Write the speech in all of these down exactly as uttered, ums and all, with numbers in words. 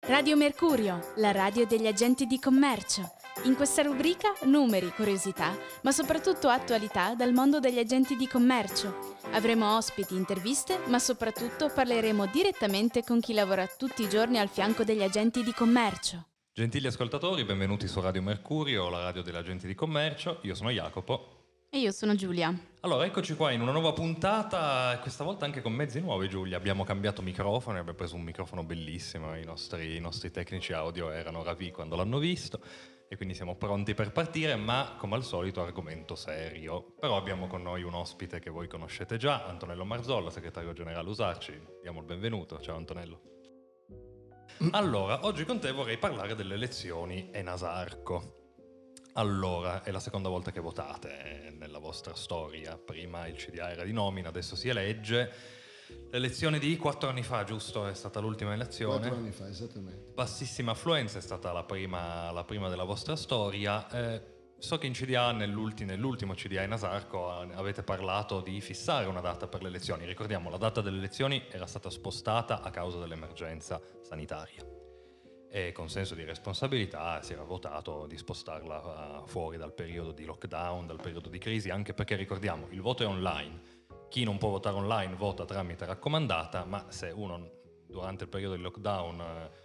Radio Mercurio, la radio degli agenti di commercio. In questa rubrica numeri, curiosità, ma soprattutto attualità dal mondo degli agenti di commercio. Avremo ospiti, interviste, ma soprattutto parleremo direttamente con chi lavora tutti i giorni al fianco degli agenti di commercio. Gentili ascoltatori, benvenuti su Radio Mercurio, la radio degli agenti di commercio. Io sono Jacopo. E io sono Giulia. Allora, eccoci qua in una nuova puntata, questa volta anche con mezzi nuovi, Giulia. Abbiamo cambiato microfono, abbiamo preso un microfono bellissimo, i nostri, i nostri tecnici audio erano ravi quando l'hanno visto e quindi siamo pronti per partire, ma come al solito argomento serio. Però abbiamo con noi un ospite che voi conoscete già, Antonello Marzolla, segretario generale U S A R C I. Diamo il benvenuto. Ciao Antonello. Allora, oggi con te vorrei parlare delle elezioni ENASARCO. Allora, è la seconda volta che votate nella vostra storia. Prima il C D A era di nomina, adesso si elegge. L'elezione di quattro anni fa, giusto? È stata l'ultima elezione. Quattro anni fa, esattamente. Bassissima affluenza, è stata la prima, la prima della vostra storia. Eh, so che in C D A, nell'ultimo, nell'ultimo C D A ENASARCO, avete parlato di fissare una data per le elezioni. Ricordiamo, la data delle elezioni era stata spostata a causa dell'emergenza sanitaria. E con senso di responsabilità si era votato di spostarla fuori dal periodo di lockdown, dal periodo di crisi, anche perché ricordiamo, il voto è online. Chi non può votare online vota tramite raccomandata, ma se uno durante il periodo di lockdown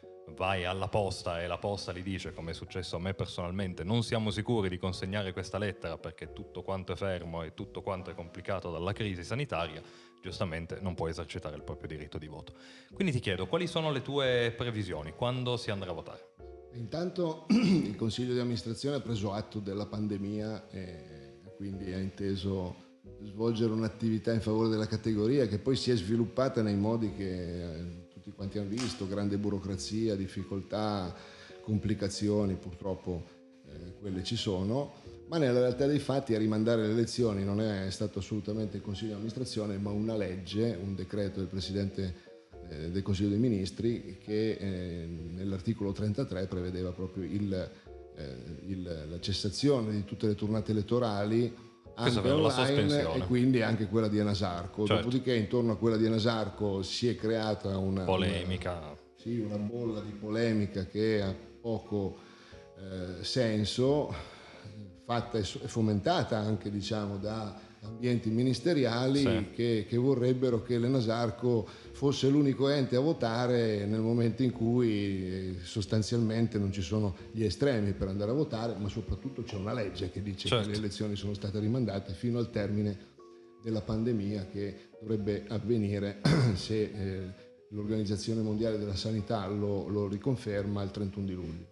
vai alla posta e la posta gli dice, come è successo a me personalmente, non siamo sicuri di consegnare questa lettera perché tutto quanto è fermo e tutto quanto è complicato dalla crisi sanitaria, giustamente non può esercitare il proprio diritto di voto. Quindi ti chiedo, quali sono le tue previsioni? Quando si andrà a votare? Intanto il Consiglio di amministrazione ha preso atto della pandemia e quindi ha inteso svolgere un'attività in favore della categoria che poi si è sviluppata nei modi che tutti quanti hanno visto: grande burocrazia, difficoltà, complicazioni, purtroppo eh, quelle ci sono, ma nella realtà dei fatti a rimandare le elezioni non è stato assolutamente il Consiglio di amministrazione, ma una legge, un decreto del Presidente eh, del Consiglio dei Ministri che eh, nell'articolo trentatré prevedeva proprio il, eh, il, la cessazione di tutte le tornate elettorali anche online e quindi anche quella di ENASARCO. Certo. Dopodiché intorno a quella di ENASARCO si è creata una polemica, una, sì, una bolla di polemica che ha poco eh, senso, fatta e fomentata anche, diciamo, da ambienti ministeriali, sì, che, che vorrebbero che l'ENASARCO fosse l'unico ente a votare nel momento in cui sostanzialmente non ci sono gli estremi per andare a votare, ma soprattutto c'è una legge che dice, certo, che le elezioni sono state rimandate fino al termine della pandemia, che dovrebbe avvenire se eh, l'Organizzazione Mondiale della Sanità lo, lo riconferma il trentuno di luglio.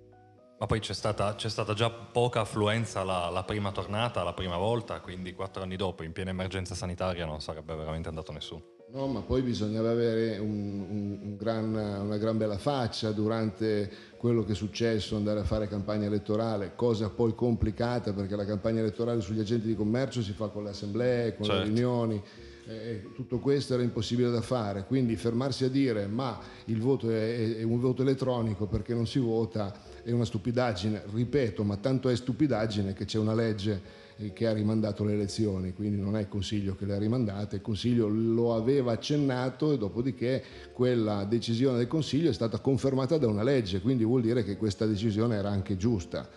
Ma poi c'è stata, c'è stata già poca affluenza la, la prima tornata, la prima volta, quindi quattro anni dopo, in piena emergenza sanitaria, non sarebbe veramente andato nessuno. No, ma poi bisognava avere un, un, un gran, una gran bella faccia durante quello che è successo, andare a fare campagna elettorale, cosa poi complicata perché la campagna elettorale sugli agenti di commercio si fa con le assemblee, con, certo, le riunioni. Eh, tutto questo era impossibile da fare, quindi fermarsi a dire ma il voto è, è un voto elettronico perché non si vota è una stupidaggine, ripeto, ma tanto è stupidaggine che c'è una legge eh, che ha rimandato le elezioni, quindi non è il Consiglio che le ha rimandate, il Consiglio lo aveva accennato e dopodiché quella decisione del Consiglio è stata confermata da una legge, quindi vuol dire che questa decisione era anche giusta.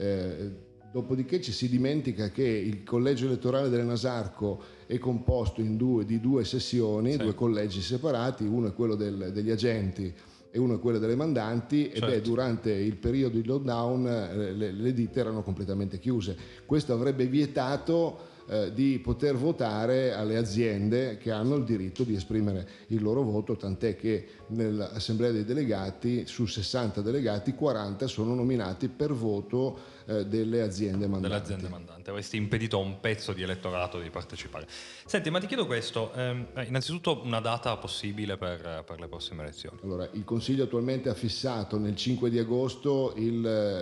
Eh, Dopodiché ci si dimentica che il collegio elettorale dell'ENASARCO è composto in due, di due sessioni, sì, due collegi separati, uno è quello del, degli agenti e uno è quello delle mandanti, certo, ed è durante il periodo di lockdown eh, le, le ditte erano completamente chiuse. Questo avrebbe vietato eh, di poter votare alle aziende che hanno il diritto di esprimere il loro voto, tant'è che nell'assemblea dei delegati su sessanta delegati quaranta sono nominati per voto eh, delle aziende mandanti. Delle aziende mandanti. Avresti impedito a un pezzo di elettorato di partecipare. Senti, ma ti chiedo questo, ehm, innanzitutto una data possibile per, per le prossime elezioni? Allora, il Consiglio attualmente ha fissato nel cinque di agosto il,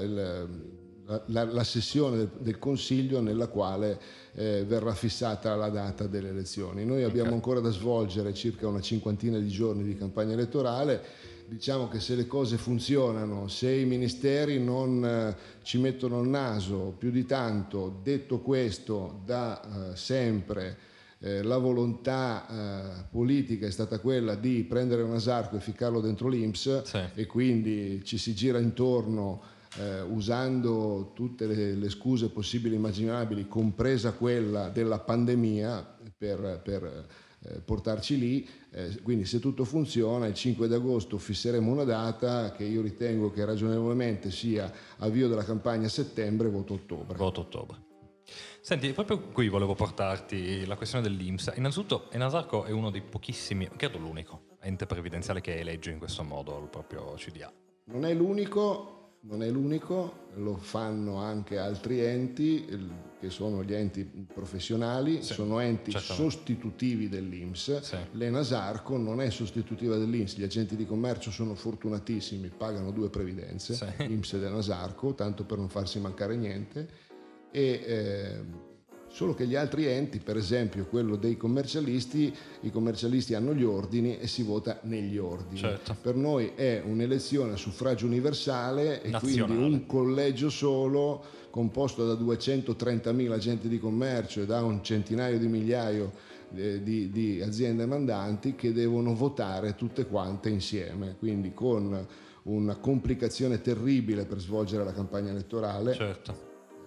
il La, la sessione del, del Consiglio nella quale eh, verrà fissata la data delle elezioni. Noi abbiamo, okay, ancora da svolgere circa una cinquantina di giorni di campagna elettorale. Diciamo che se le cose funzionano, se i ministeri non eh, ci mettono il naso più di tanto, detto questo da eh, sempre eh, la volontà eh, politica è stata quella di prendere Nasarco e ficcarlo dentro l'I N P S, sì. E quindi ci si gira intorno eh, usando tutte le, le scuse possibili e immaginabili, compresa quella della pandemia, per, per eh, portarci lì. Eh, quindi se tutto funziona, il cinque d'agosto fisseremo una data che io ritengo che ragionevolmente sia avvio della campagna a settembre, voto ottobre. Voto ottobre. Senti, proprio qui volevo portarti la questione dell'I N P S. Innanzitutto Enasarco è uno dei pochissimi, credo l'unico, ente previdenziale che elegge in questo modo il proprio C D A. Non è l'unico, non è l'unico, lo fanno anche altri enti che sono gli enti professionali, sì, sono enti certamente sostitutivi dell'I N P S. Sì. L'Enasarco non è sostitutiva dell'I N P S, gli agenti di commercio sono fortunatissimi, pagano due previdenze, sì, I N P S ed Enasarco, tanto per non farsi mancare niente. E eh, solo che gli altri enti, per esempio quello dei commercialisti, i commercialisti hanno gli ordini e si vota negli ordini. Certo. Per noi è un'elezione a suffragio universale e nazionale, quindi un collegio solo composto da duecentotrentamila agenti di commercio e da un centinaio di migliaio eh, di, di aziende mandanti che devono votare tutte quante insieme, quindi con una complicazione terribile per svolgere la campagna elettorale. Certo.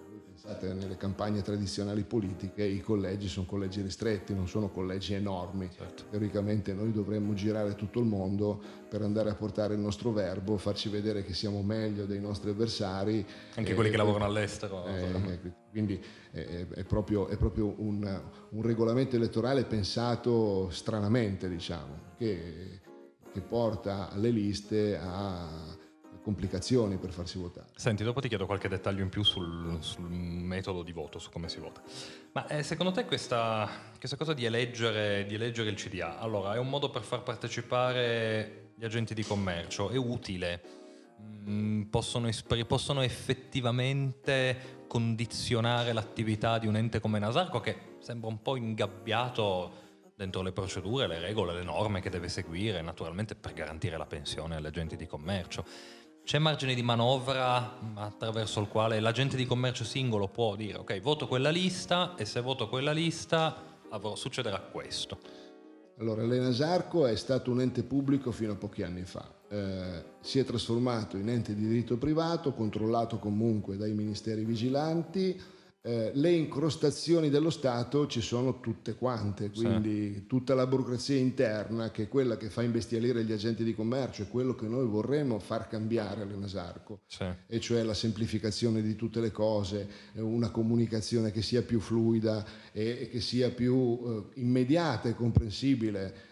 Nelle campagne tradizionali politiche i collegi sono collegi ristretti, non sono collegi enormi. Certo. Teoricamente noi dovremmo girare tutto il mondo per andare a portare il nostro verbo, farci vedere che siamo meglio dei nostri avversari. Anche eh, quelli che lavorano all'estero. Eh, quindi è, è proprio, è proprio un, un regolamento elettorale pensato stranamente, diciamo, che, che porta le liste a complicazioni per farsi votare. Senti, dopo ti chiedo qualche dettaglio in più sul, sul metodo di voto, su come si vota. Ma eh, secondo te questa, questa cosa di eleggere, di eleggere il C D A, allora è un modo per far partecipare gli agenti di commercio? È utile? Mm, possono, esper- possono effettivamente condizionare l'attività di un ente come Enasarco, che sembra un po' ingabbiato dentro le procedure, le regole, le norme che deve seguire, naturalmente per garantire la pensione agli agenti di commercio? C'è margine di manovra attraverso il quale l'agente di commercio singolo può dire ok, voto quella lista e se voto quella lista avrò, succederà questo? Allora, l'Enasarco è stato un ente pubblico fino a pochi anni fa, eh, si è trasformato in ente di diritto privato, controllato comunque dai ministeri vigilanti. Eh, le incrostazioni dello Stato ci sono tutte quante, quindi sì, tutta la burocrazia interna, che è quella che fa imbestialire gli agenti di commercio, è quello che noi vorremmo far cambiare all'Enasarco, sì, e cioè la semplificazione di tutte le cose, una comunicazione che sia più fluida e, e che sia più eh, immediata e comprensibile.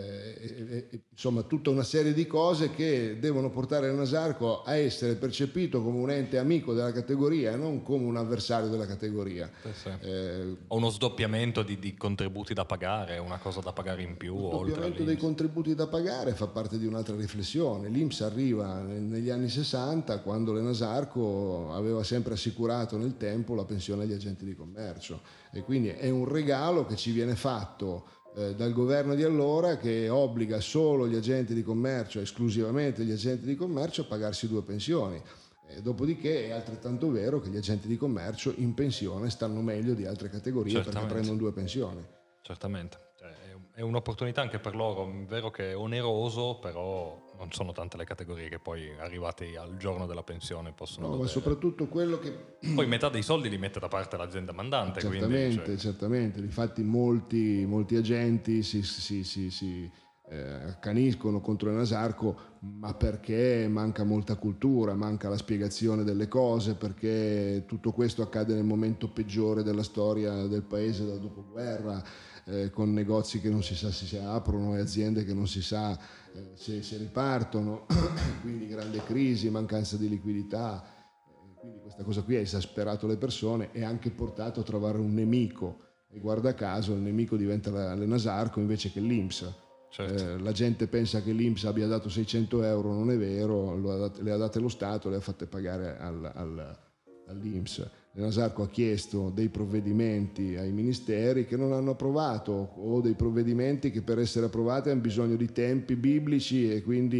Eh, eh, insomma tutta una serie di cose che devono portare l'Enasarco a essere percepito come un ente amico della categoria e non come un avversario della categoria. Sì, sì. Eh, o uno sdoppiamento di, di contributi da pagare, una cosa da pagare in più. Lo sdoppiamento dei contributi da pagare fa parte di un'altra riflessione. L'I N P S arriva negli anni sessanta, quando l'Enasarco aveva sempre assicurato nel tempo la pensione agli agenti di commercio, e quindi è un regalo che ci viene fatto dal governo di allora, che obbliga solo gli agenti di commercio, esclusivamente gli agenti di commercio, a pagarsi due pensioni. E dopodiché è altrettanto vero che gli agenti di commercio in pensione stanno meglio di altre categorie. Certamente. Perché prendono due pensioni. Certamente. È un'opportunità anche per loro, è vero che è oneroso, però non sono tante le categorie che poi arrivati al giorno della pensione possono... No, dovere. Ma soprattutto quello che... Poi metà dei soldi li mette da parte l'azienda mandante. Certamente, quindi, cioè... certamente. Infatti molti, molti agenti si, si, si, si eh, accaniscono contro l'Enasarco, ma perché manca molta cultura, manca la spiegazione delle cose, perché tutto questo accade nel momento peggiore della storia del paese dal dopoguerra. Eh, con negozi che non si sa se si aprono e aziende che non si sa eh, se si ripartono, quindi grande crisi, mancanza di liquidità, eh, quindi questa cosa qui ha esasperato le persone e ha anche portato a trovare un nemico, e guarda caso il nemico diventa l'Enasarco invece che l'I N P S. Certo. Eh, la gente pensa che l'I N P S abbia dato seicento euro, non è vero, le ha date lo Stato, le ha fatte pagare al, al, all'I N P S. L'Enasarco ha chiesto dei provvedimenti ai ministeri che non hanno approvato, o dei provvedimenti che per essere approvati hanno bisogno di tempi biblici, e quindi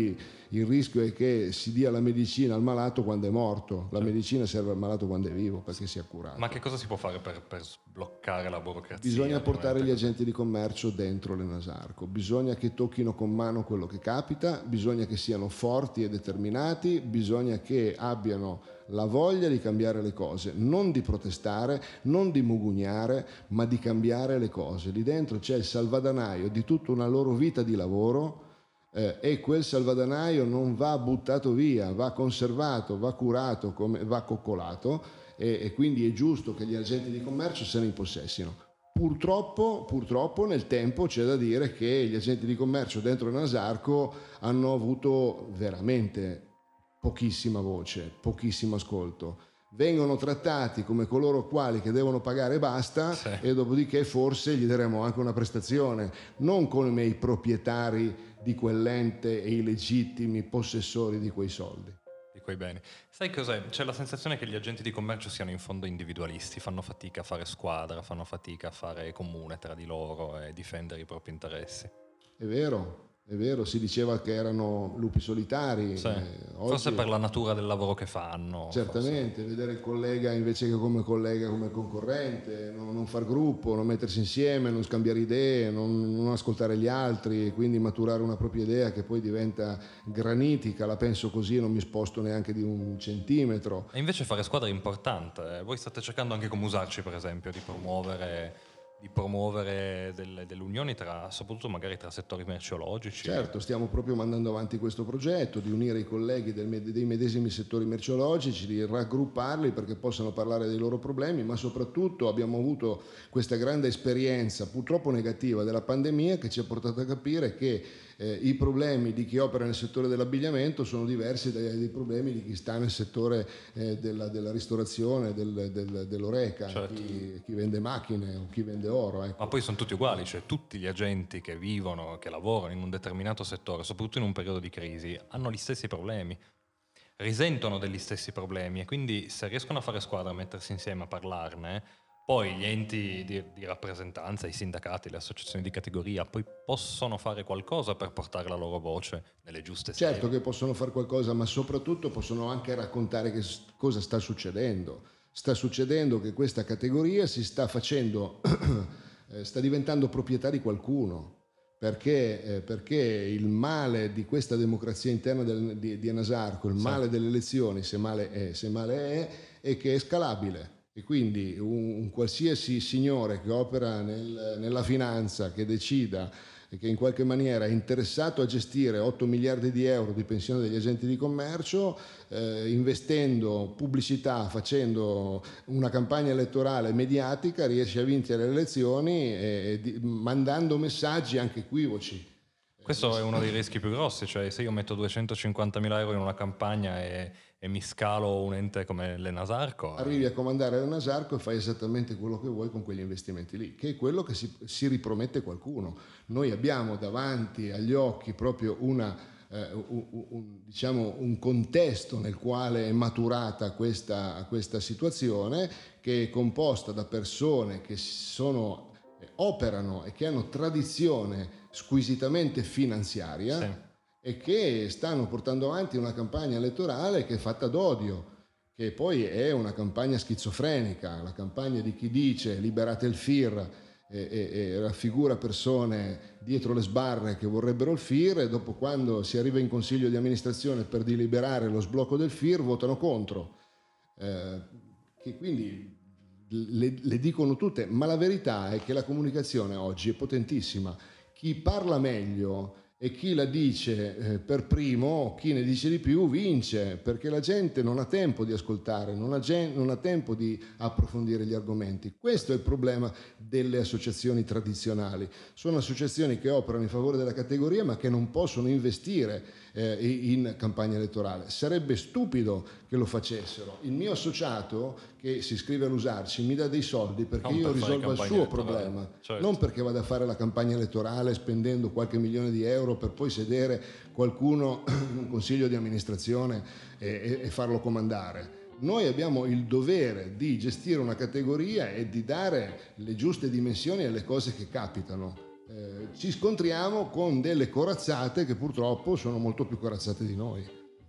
il rischio è che si dia la medicina al malato quando è morto, la medicina serve al malato quando è vivo perché sia curato. Ma che cosa si può fare per, per sbloccare la burocrazia? Bisogna portare gli agenti di commercio dentro l'Enasarco, bisogna che tocchino con mano quello che capita, bisogna che siano forti e determinati, bisogna che abbiano la voglia di cambiare le cose, non di protestare, non di mugugnare, ma di cambiare le cose. Lì dentro c'è il salvadanaio di tutta una loro vita di lavoro, eh, e quel salvadanaio non va buttato via, va conservato, va curato, come, va coccolato, e, e quindi è giusto che gli agenti di commercio se ne impossessino. Purtroppo, purtroppo nel tempo c'è da dire che gli agenti di commercio dentro l'Enasarco hanno avuto veramente pochissima voce, pochissimo ascolto. Vengono trattati come coloro quali che devono pagare e basta, sì. E dopodiché forse gli daremo anche una prestazione, non come i proprietari di quell'ente e i legittimi possessori di quei soldi. Di quei beni. Sai cos'è? C'è la sensazione che gli agenti di commercio siano in fondo individualisti, fanno fatica a fare squadra, fanno fatica a fare comune tra di loro e difendere i propri interessi. È vero. È vero, si diceva che erano lupi solitari. Sì. Eh, oggi, forse per la natura del lavoro che fanno. Certamente, forse. Vedere il collega invece che come collega, come concorrente, non, non far gruppo, non mettersi insieme, non scambiare idee, non, non ascoltare gli altri, quindi maturare una propria idea che poi diventa granitica, la penso così, non mi sposto neanche di un centimetro. E invece fare squadra è importante. Voi state cercando anche come Usarci, per esempio, di promuovere... di promuovere delle, delle unioni tra, soprattutto magari tra settori merceologici. Certo, stiamo proprio mandando avanti questo progetto di unire i colleghi del, dei medesimi settori merceologici, di raggrupparli perché possano parlare dei loro problemi, ma soprattutto abbiamo avuto questa grande esperienza, purtroppo negativa, della pandemia che ci ha portato a capire che eh, i problemi di chi opera nel settore dell'abbigliamento sono diversi dai, dai problemi di chi sta nel settore eh, della, della ristorazione, del, del, dell'oreca, certo. chi, chi vende macchine o chi vende oro. Ecco. Ma poi sono tutti uguali, cioè tutti gli agenti che vivono, che lavorano in un determinato settore, soprattutto in un periodo di crisi, hanno gli stessi problemi, risentono degli stessi problemi e quindi se riescono a fare squadra, a mettersi insieme, a parlarne, poi gli enti di, di rappresentanza, i sindacati, le associazioni di categoria, poi possono fare qualcosa per portare la loro voce nelle giuste sedi. Certo che possono fare qualcosa, ma soprattutto possono anche raccontare che cosa sta succedendo. Sta succedendo che questa categoria si sta facendo, sta diventando proprietà di qualcuno, perché, eh, perché il male di questa democrazia interna del, di, di Enasarco, il sì. male delle elezioni, se male è, se male è, è che è scalabile. E quindi un, un qualsiasi signore che opera nel, nella finanza, che decida e che in qualche maniera è interessato a gestire otto miliardi di euro di pensione degli agenti di commercio, eh, investendo pubblicità, facendo una campagna elettorale mediatica, riesce a vincere le elezioni e, e mandando messaggi anche equivoci. Questo è uno dei rischi più grossi, cioè se io metto duecentocinquantamila euro in una campagna e, e mi scalo un ente come l'Enasarco... Arrivi a comandare l'Enasarco e fai esattamente quello che vuoi con quegli investimenti lì, che è quello che si, si ripromette qualcuno. Noi abbiamo davanti agli occhi proprio una, eh, un, un, diciamo un contesto nel quale è maturata questa, questa situazione, che è composta da persone che sono, operano e che hanno tradizione squisitamente finanziaria, sì. E che stanno portando avanti una campagna elettorale che è fatta d'odio, che poi è una campagna schizofrenica, la campagna di chi dice liberate il F I R e, e, e raffigura persone dietro le sbarre che vorrebbero il F I R, e dopo, quando si arriva in consiglio di amministrazione per deliberare lo sblocco del F I R, votano contro, eh, che quindi le, le dicono tutte, ma la verità è che la comunicazione oggi è potentissima. Chi parla meglio e chi la dice eh, per primo, chi ne dice di più, vince, perché la gente non ha tempo di ascoltare, non ha, gen- non ha tempo di approfondire gli argomenti. Questo è il problema delle associazioni tradizionali. Sono associazioni che operano in favore della categoria ma che non possono investire eh, in campagna elettorale. Sarebbe stupido che lo facessero. Il mio associato che si iscrive all'Usarci mi dà dei soldi perché non io per risolvo il suo problema, certo. Non perché vada a fare la campagna elettorale spendendo qualche milione di euro per poi sedere qualcuno in un consiglio di amministrazione e, e farlo comandare. Noi abbiamo il dovere di gestire una categoria e di dare le giuste dimensioni alle cose che capitano. eh, ci scontriamo con delle corazzate che purtroppo sono molto più corazzate di noi.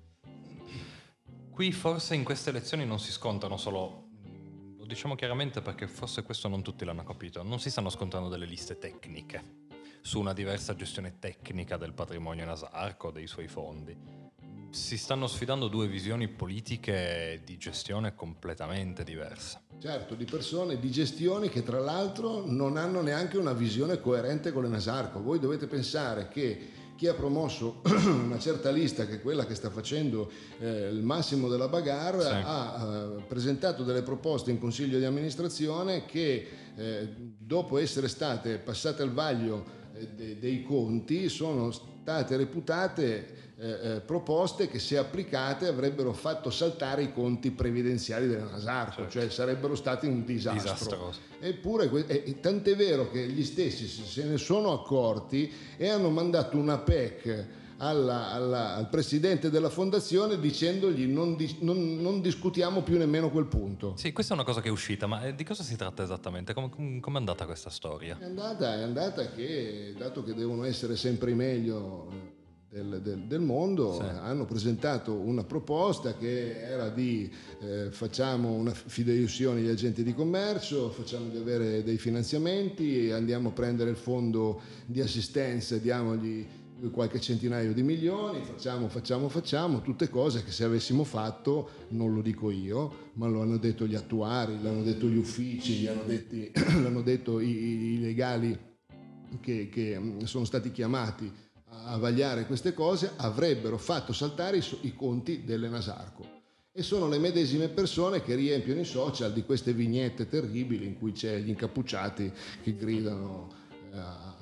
Qui forse in queste elezioni non si scontrano solo, lo diciamo chiaramente perché forse questo non tutti l'hanno capito, non si stanno scontrando delle liste tecniche su una diversa gestione tecnica del patrimonio Nasarco, dei suoi fondi. Si stanno sfidando due visioni politiche di gestione completamente diverse. Certo, di persone, di gestioni che tra l'altro non hanno neanche una visione coerente con le Nasarco. Voi dovete pensare che chi ha promosso una certa lista, che è quella che sta facendo eh, il massimo della bagarre, sì. ha eh, presentato delle proposte in consiglio di amministrazione che eh, dopo essere state passate al vaglio eh, de- dei conti sono state reputate eh, eh, proposte che, se applicate, avrebbero fatto saltare i conti previdenziali della Nasarco, certo. Cioè sarebbero stati un disastro. Disastroso. Eppure, eh, tant'è vero che gli stessi se ne sono accorti e hanno mandato una P E C alla, alla, al presidente della fondazione dicendogli non, di, non, non discutiamo più nemmeno quel punto. Sì, questa è una cosa che è uscita, ma di cosa si tratta esattamente? Come è andata questa storia? È andata, è andata che, dato che devono essere sempre i meglio Del, del, del mondo, sì. hanno presentato una proposta che era di eh, facciamo una fideiussione agli agenti di commercio, facciamo di avere dei finanziamenti, andiamo a prendere il fondo di assistenza, diamogli qualche centinaio di milioni, facciamo, facciamo, facciamo, tutte cose che se avessimo fatto, non lo dico io, ma lo hanno detto gli attuari, l'hanno detto gli uffici, gli hanno detti, l'hanno detto i, i legali che, che sono stati chiamati a vagliare queste cose, avrebbero fatto saltare i, i conti delle Nasarco. E sono le medesime persone che riempiono i social di queste vignette terribili in cui c'è gli incappucciati che gridano eh,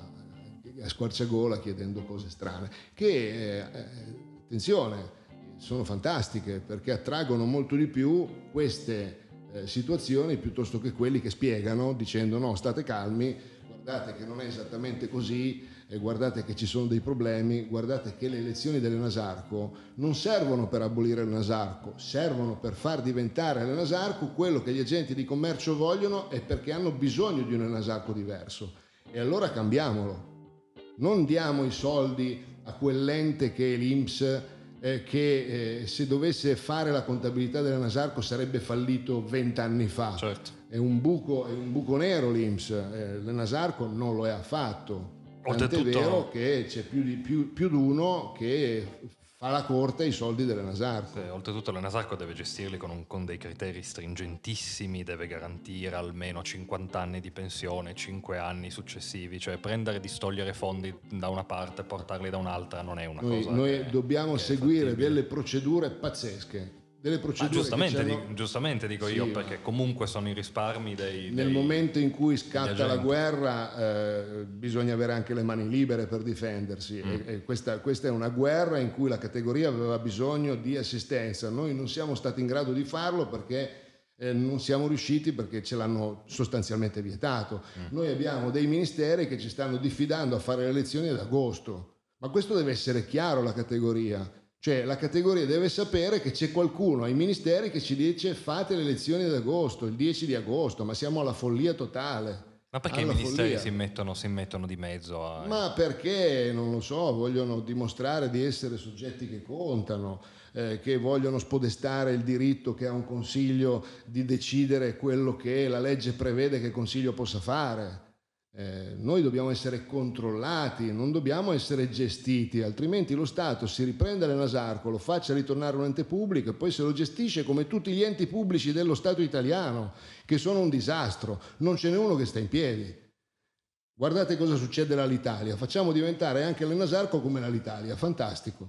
a squarciagola chiedendo cose strane, che, eh, attenzione, sono fantastiche perché attraggono molto di più queste eh, situazioni piuttosto che quelli che spiegano dicendo no, state calmi, guardate che non è esattamente così, e guardate che ci sono dei problemi, guardate che le elezioni delle Nasarco non servono per abolire le Nasarco, servono per far diventare le Nasarco quello che gli agenti di commercio vogliono, e perché hanno bisogno di un Nasarco diverso. E allora cambiamolo. Non diamo i soldi a quell'ente che è l'I N P S, eh, che eh, se dovesse fare la contabilità delle Nasarco sarebbe fallito vent'anni fa. Certo. È un buco, è un buco nero l'I N P S, eh, le Nasarco non lo è affatto. Tant'è vero che c'è più di, più, più di uno che fa la corte ai soldi delle Nasarco. Sì, oltretutto la Nasarco deve gestirli con, un, con dei criteri stringentissimi, deve garantire almeno cinquanta anni di pensione, cinque anni successivi, cioè prendere e distogliere fondi da una parte e portarli da un'altra non è una noi, cosa Noi che, dobbiamo che seguire delle procedure pazzesche. Delle procedure ah, giustamente, hanno... dico, giustamente dico sì, io, perché comunque sono i risparmi dei... Nel dei, momento in cui scatta la guerra eh, bisogna avere anche le mani libere per difendersi, mm. e, e questa, questa è una guerra in cui la categoria aveva bisogno di assistenza. Noi non siamo stati in grado di farlo perché eh, non siamo riusciti, perché ce l'hanno sostanzialmente vietato. Mm. Noi abbiamo dei ministeri che ci stanno diffidando a fare le elezioni ad agosto, ma questo deve essere chiaro alla categoria. Cioè la categoria deve sapere che c'è qualcuno ai ministeri che ci dice fate le elezioni ad agosto, il dieci di agosto, ma siamo alla follia totale. Ma perché i ministeri si mettono, si mettono di mezzo a... Ma perché, non lo so, vogliono dimostrare di essere soggetti che contano, eh, che vogliono spodestare il diritto che ha un consiglio di decidere quello che la legge prevede che il consiglio possa fare. Eh, noi dobbiamo essere controllati, non dobbiamo essere gestiti, altrimenti lo Stato si riprende le Nasarco, lo faccia ritornare un ente pubblico e poi se lo gestisce come tutti gli enti pubblici dello Stato italiano, che sono un disastro, non ce n'è uno che sta in piedi. Guardate cosa succede all'Italia, facciamo diventare anche le Nasarco come l'Italia, fantastico.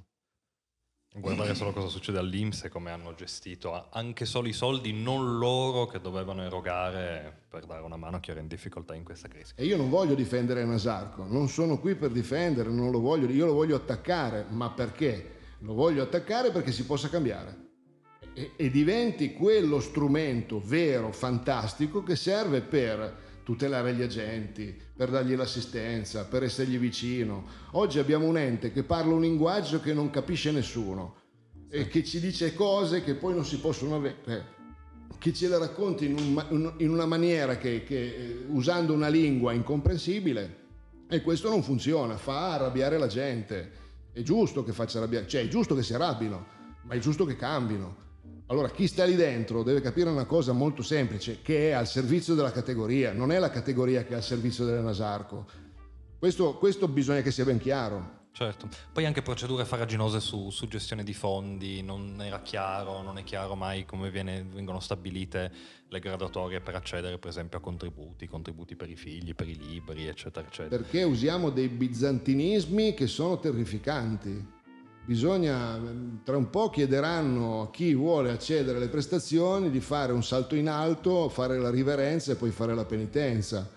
Guardare solo cosa succede all'I N P S e come hanno gestito anche solo i soldi non loro che dovevano erogare per dare una mano a chi era in difficoltà in questa crisi. E io non voglio difendere Nasarco, non sono qui per difendere, non lo voglio, io lo voglio attaccare, ma perché? Lo voglio attaccare perché si possa cambiare e, e diventi quello strumento vero, fantastico, che serve per tutelare gli agenti, per dargli l'assistenza, per essergli vicino. Oggi abbiamo un ente che parla un linguaggio che non capisce nessuno, sì, e che ci dice cose che poi non si possono avere, che ce le racconti in, un, in una maniera che, che usando una lingua incomprensibile, E questo non funziona, fa arrabbiare la gente. È giusto che faccia arrabbiare, cioè è giusto che si arrabbino, ma è giusto che cambino. Allora chi sta lì dentro deve capire una cosa molto semplice, che è al servizio della categoria, non è la categoria che è al servizio dell'Enasarco. Questo, questo bisogna che sia ben chiaro. Certo, poi anche procedure farraginose su, su gestione di fondi, non era chiaro, non è chiaro mai come viene, vengono stabilite le graduatorie per accedere per esempio a contributi, contributi per i figli, per i libri, eccetera, eccetera. Perché usiamo dei bizantinismi che sono terrificanti. Bisogna, tra un po' chiederanno a chi vuole accedere alle prestazioni di fare un salto in alto, fare la riverenza e poi fare la penitenza.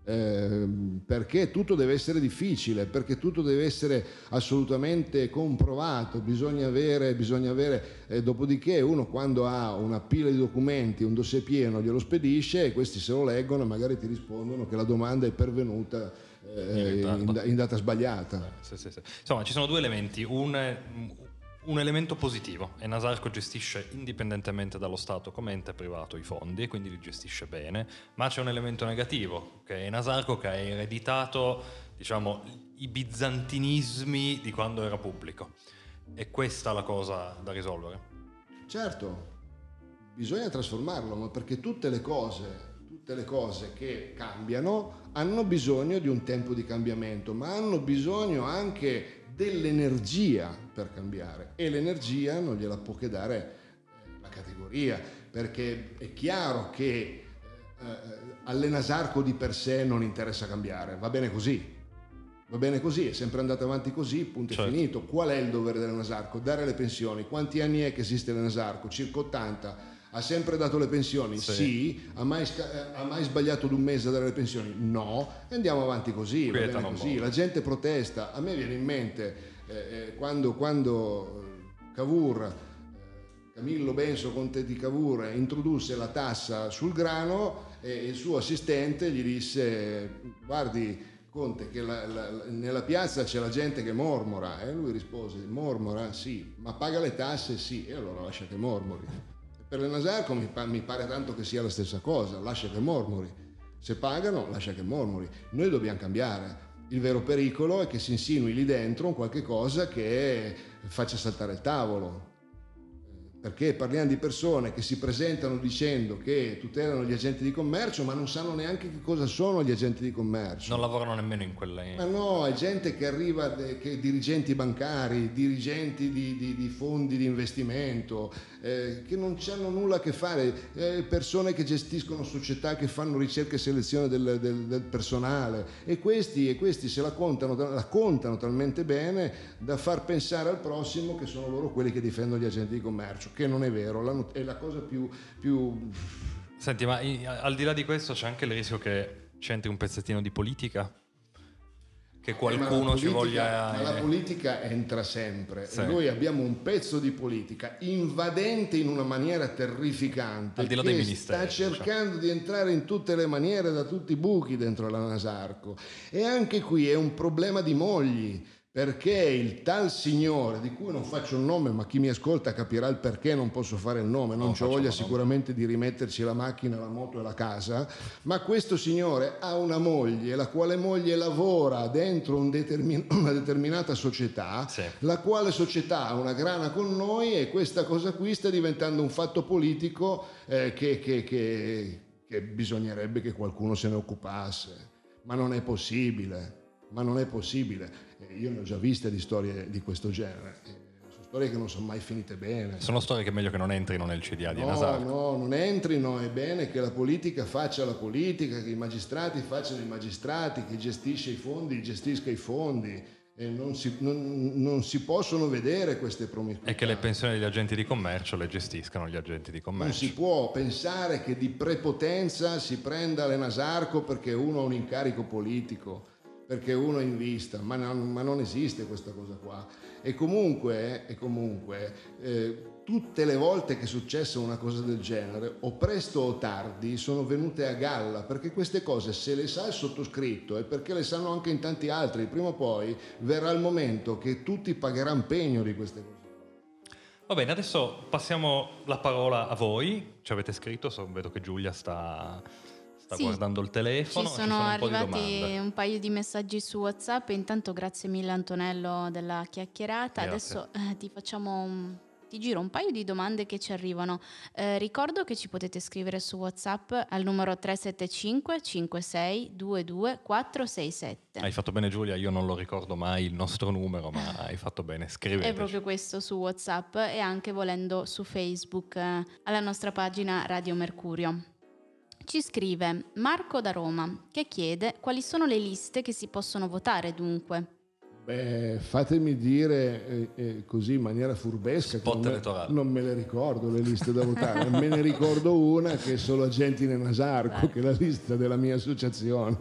Eh, perché tutto deve essere difficile, perché tutto deve essere assolutamente comprovato, bisogna avere, bisogna avere eh, dopodiché uno quando ha una pila di documenti, un dossier pieno, glielo spedisce e questi se lo leggono e magari ti rispondono che la domanda è pervenuta eh, in, in data sbagliata. Eh, sì, sì, sì. Insomma, ci sono due elementi, un, un elemento positivo: Enasarco gestisce indipendentemente dallo Stato come ente privato i fondi e quindi li gestisce bene, ma c'è un elemento negativo, che è Enasarco che ha ereditato, diciamo, i bizantinismi di quando era pubblico. È questa la cosa da risolvere? Certo, bisogna trasformarlo, ma perché tutte le cose tutte le cose che cambiano hanno bisogno di un tempo di cambiamento, ma hanno bisogno anche dell'energia per cambiare, e l'energia non gliela può che dare la categoria, perché è chiaro che eh, all'Enasarco di per sé non interessa cambiare, va bene così. Va bene così, è sempre andato avanti così, punto, certo. È finito. Qual è il dovere dell'Enasarco? Dare le pensioni. Quanti anni è che esiste l'Enasarco? Circa ottanta. Ha sempre dato le pensioni? Sì. Sì. Ha mai, ha mai sbagliato d'un mese a dare le pensioni? No. E andiamo avanti così, va bene così. La gente protesta. A me viene in mente eh, quando, quando Cavour, eh, Camillo Benso, conte di Cavour, introdusse la tassa sul grano e il suo assistente gli disse: guardi Conte, che la, la, nella piazza c'è la gente che mormora, e lui rispose: mormora? Sì. Ma paga le tasse? Sì. E allora lascia che mormori. Per l'Enasarco mi, mi pare tanto che sia la stessa cosa, lascia che mormori. Se pagano, lascia che mormori. Noi dobbiamo cambiare. Il vero pericolo è che si insinui lì dentro un qualche cosa che faccia saltare il tavolo. Perché parliamo di persone che si presentano dicendo che tutelano gli agenti di commercio, ma non sanno neanche che cosa sono gli agenti di commercio. Non lavorano nemmeno in quelle... Ma no, è gente che arriva, che dirigenti bancari, dirigenti di, di, di fondi di investimento, eh, che non hanno nulla a che fare, eh, persone che gestiscono società, che fanno ricerca e selezione del, del, del personale, e questi, e questi se la contano, la contano talmente bene da far pensare al prossimo che sono loro quelli che difendono gli agenti di commercio, che non è vero, la, è la cosa più, più... Senti, ma al di là di questo c'è anche il rischio che c'entri un pezzettino di politica? Che qualcuno eh, ci voglia... Ma la politica entra sempre. Sì. E noi abbiamo un pezzo di politica invadente in una maniera terrificante, al di là che dei ministeri, sta cercando diciamo. di entrare in tutte le maniere, da tutti i buchi dentro l'Enasarco. E anche qui è un problema di mogli, perché il tal signore, di cui non faccio il nome, ma chi mi ascolta capirà il perché non posso fare il nome, non, non c'ho voglia sicuramente di rimetterci la macchina, la moto e la casa, ma questo signore ha una moglie, la quale moglie lavora dentro un determin- una determinata società, sì. La quale società ha una grana con noi, e questa cosa qui sta diventando un fatto politico eh, che, che, che, che bisognerebbe che qualcuno se ne occupasse, ma non è possibile. Ma non è possibile. Io ne ho già viste di storie di questo genere. Sono storie che non sono mai finite bene. Sono storie che è meglio che non entrino nel C D A di Enasarco. No, no, non entrino. È bene che la politica faccia la politica, che i magistrati facciano i magistrati, che gestisce i fondi gestisca i fondi. E non si, non, non si possono vedere queste promiscuità. E che le pensioni degli agenti di commercio le gestiscano gli agenti di commercio. Non si può pensare che di prepotenza si prenda l'Enasarco perché uno ha un incarico politico, perché uno è in vista, ma non, ma non esiste questa cosa qua. E comunque, e comunque eh, tutte le volte che è successa una cosa del genere, o presto o tardi, sono venute a galla, perché queste cose, se le sa il sottoscritto, è perché le sanno anche in tanti altri. Prima o poi verrà il momento che tutti pagheranno pegno di queste cose. Va bene, adesso passiamo la parola a voi. Ci avete scritto, so, vedo che Giulia sta... sta sì, guardando il telefono. ci sono, ci sono un arrivati po' di domande. un paio di messaggi su WhatsApp. Intanto grazie mille Antonello della chiacchierata. Grazie. Adesso eh, ti facciamo un, ti giro un paio di domande che ci arrivano. Eh, ricordo che ci potete scrivere su WhatsApp al numero tre sette cinque cinque sei due due quattro sei sette. Hai fatto bene Giulia, io non lo ricordo mai il nostro numero, ma hai fatto bene, scriveteci. È proprio questo su WhatsApp e anche volendo su Facebook eh, alla nostra pagina Radio Mercurio. Ci scrive Marco da Roma che chiede quali sono le liste che si possono votare dunque. Beh, fatemi dire eh, eh, così in maniera furbesca che Spot non me, elettorale. non me le ricordo le liste da votare, me ne ricordo una che è solo Agenti Nenasarco, che è la lista della mia associazione.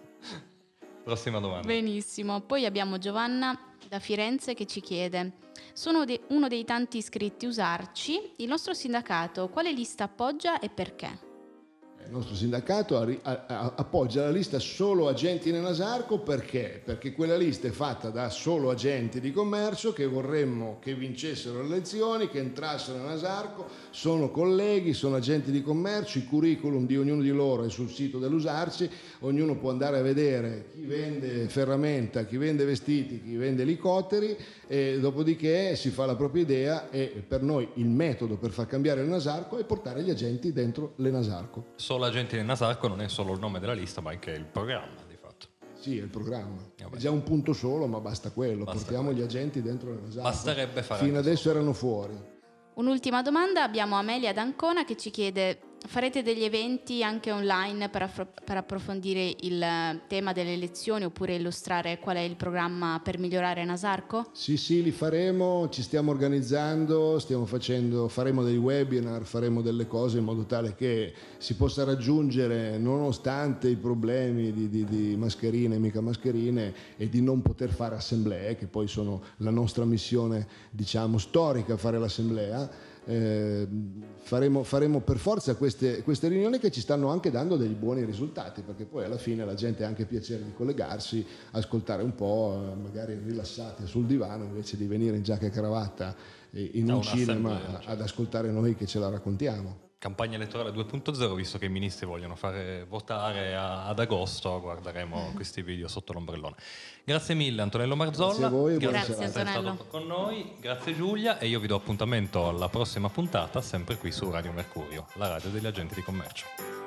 Prossima domanda. Benissimo, poi abbiamo Giovanna da Firenze che ci chiede sono de- uno dei tanti iscritti Usarci, il nostro sindacato quale lista appoggia e perché? Il nostro sindacato arri- a- a- appoggia la lista solo Agenti Nenasarco perché? Perché quella lista è fatta da solo agenti di commercio che vorremmo che vincessero le elezioni, che entrassero in Nenasarco, sono colleghi, sono agenti di commercio, i curriculum di ognuno di loro è sul sito dell'Usarci, ognuno può andare a vedere chi vende ferramenta, chi vende vestiti, chi vende elicotteri e dopodiché si fa la propria idea e per noi il metodo per far cambiare il Nenasarco è portare gli agenti dentro l'Enasarco. Solo Agenti del Nasarco non è solo il nome della lista, ma anche il programma, di fatto. Sì, è il programma. Vabbè. È già un punto solo, ma basta quello. Basta Portiamo quello. gli agenti dentro l'Enasarco. Basterebbe fare Fino anche adesso solo. erano fuori. Un'ultima domanda, abbiamo Amelia d'Ancona che ci chiede farete degli eventi anche online per, affro- per approfondire il eh, tema delle elezioni oppure illustrare qual è il programma per migliorare Nasarco? Sì, sì, li faremo, ci stiamo organizzando, stiamo facendo, faremo dei webinar, faremo delle cose in modo tale che si possa raggiungere, nonostante i problemi di, di, di mascherine e mica mascherine e di non poter fare assemblee, che poi sono la nostra missione, diciamo, storica, fare l'assemblea. Eh, faremo, faremo per forza queste, queste riunioni che ci stanno anche dando dei buoni risultati, perché poi alla fine la gente ha anche piacere di collegarsi, ascoltare un po', eh, magari rilassati sul divano invece di venire in giacca e cravatta eh, in Da un un'assemblea, cinema certo. ad ascoltare noi che ce la raccontiamo. Campagna elettorale due punto zero, visto che i ministri vogliono fare votare a- ad agosto, guarderemo questi video sotto l'ombrellone. Grazie mille Antonello Marzolla. Grazie a voi e buona Grazie, serata. per essere Antonello. stato con noi, grazie Giulia e io vi do appuntamento alla prossima puntata sempre qui su Radio Mercurio, la radio degli agenti di commercio.